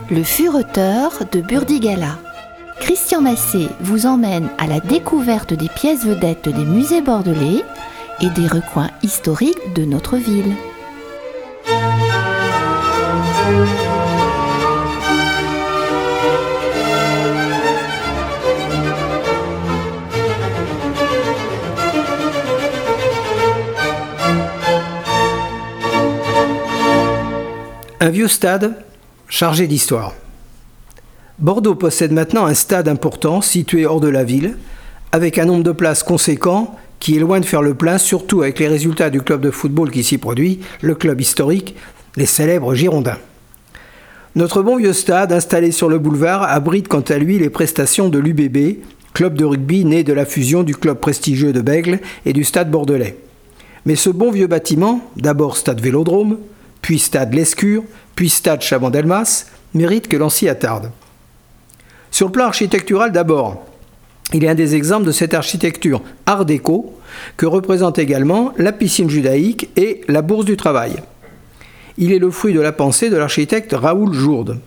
Le Fureteur de Burdigala. Christian Massé vous emmène à la découverte des pièces vedettes des musées bordelais et des recoins historiques de notre ville. Un vieux stade chargé d'histoire. Bordeaux possède maintenant un stade important situé hors de la ville, avec un nombre de places conséquent qui est loin de faire le plein, surtout avec les résultats du club de football qui s'y produit, le club historique, les célèbres Girondins. Notre bon vieux stade, installé sur le boulevard, abrite quant à lui les prestations de l'UBB, club de rugby né de la fusion du club prestigieux de Bègles et du stade bordelais. Mais ce bon vieux bâtiment, d'abord stade Vélodrome, puis stade Lescure, puis stade Chaban-Delmas, mérite que l'on s'y attarde. Sur le plan architectural d'abord, il est un des exemples de cette architecture art déco que représente également la piscine judaïque et la Bourse du Travail. Il est le fruit de la pensée de l'architecte Raoul Jourde.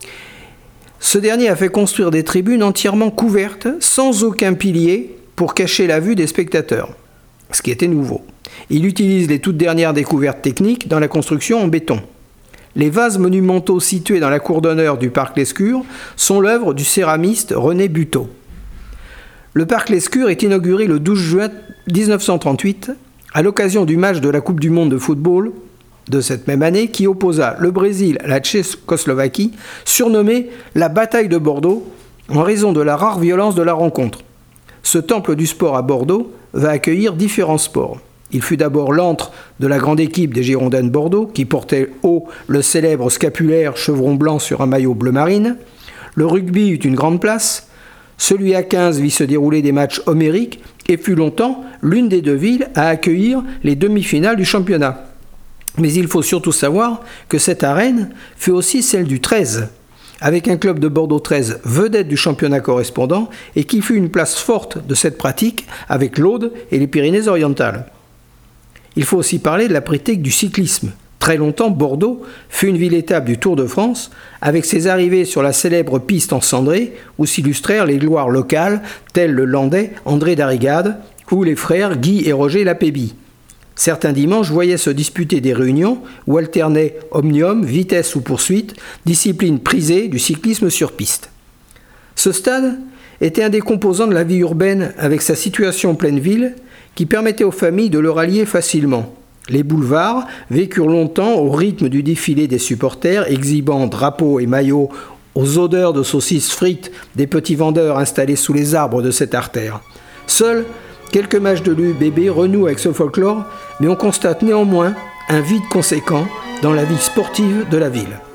Ce dernier a fait construire des tribunes entièrement couvertes, sans aucun pilier, pour cacher la vue des spectateurs, ce qui était nouveau. Il utilise les toutes dernières découvertes techniques dans la construction en béton. Les vases monumentaux situés dans la cour d'honneur du parc Lescure sont l'œuvre du céramiste René Buteau. Le parc Lescure est inauguré le 12 juin 1938 à l'occasion du match de la Coupe du monde de football de cette même année qui opposa le Brésil à la Tchécoslovaquie, surnommée la bataille de Bordeaux en raison de la rare violence de la rencontre. Ce temple du sport à Bordeaux va accueillir différents sports. Il fut d'abord l'antre de la grande équipe des Girondins de Bordeaux, qui portait haut le célèbre scapulaire chevron blanc sur un maillot bleu marine. Le rugby eut une grande place. Celui à 15 vit se dérouler des matchs homériques et fut longtemps l'une des deux villes à accueillir les demi-finales du championnat. Mais il faut surtout savoir que cette arène fut aussi celle du 13, avec un club de Bordeaux 13 vedette du championnat correspondant et qui fut une place forte de cette pratique avec l'Aude et les Pyrénées-Orientales. Il faut aussi parler de la pratique du cyclisme. Très longtemps, Bordeaux fut une ville-étape du Tour de France, avec ses arrivées sur la célèbre piste en cendré, où s'illustrèrent les gloires locales, tels le Landais André Darrigade, ou les frères Guy et Roger Lapébie. Certains dimanches voyaient se disputer des réunions où alternaient omnium, vitesse ou poursuite, discipline prisée du cyclisme sur piste. Ce stade était un des composants de la vie urbaine avec sa situation en pleine ville, qui permettait aux familles de le rallier facilement. Les boulevards vécurent longtemps au rythme du défilé des supporters, exhibant drapeaux et maillots aux odeurs de saucisses frites des petits vendeurs installés sous les arbres de cette artère. Seuls quelques matchs de l'UBB renouent avec ce folklore, mais on constate néanmoins un vide conséquent dans la vie sportive de la ville.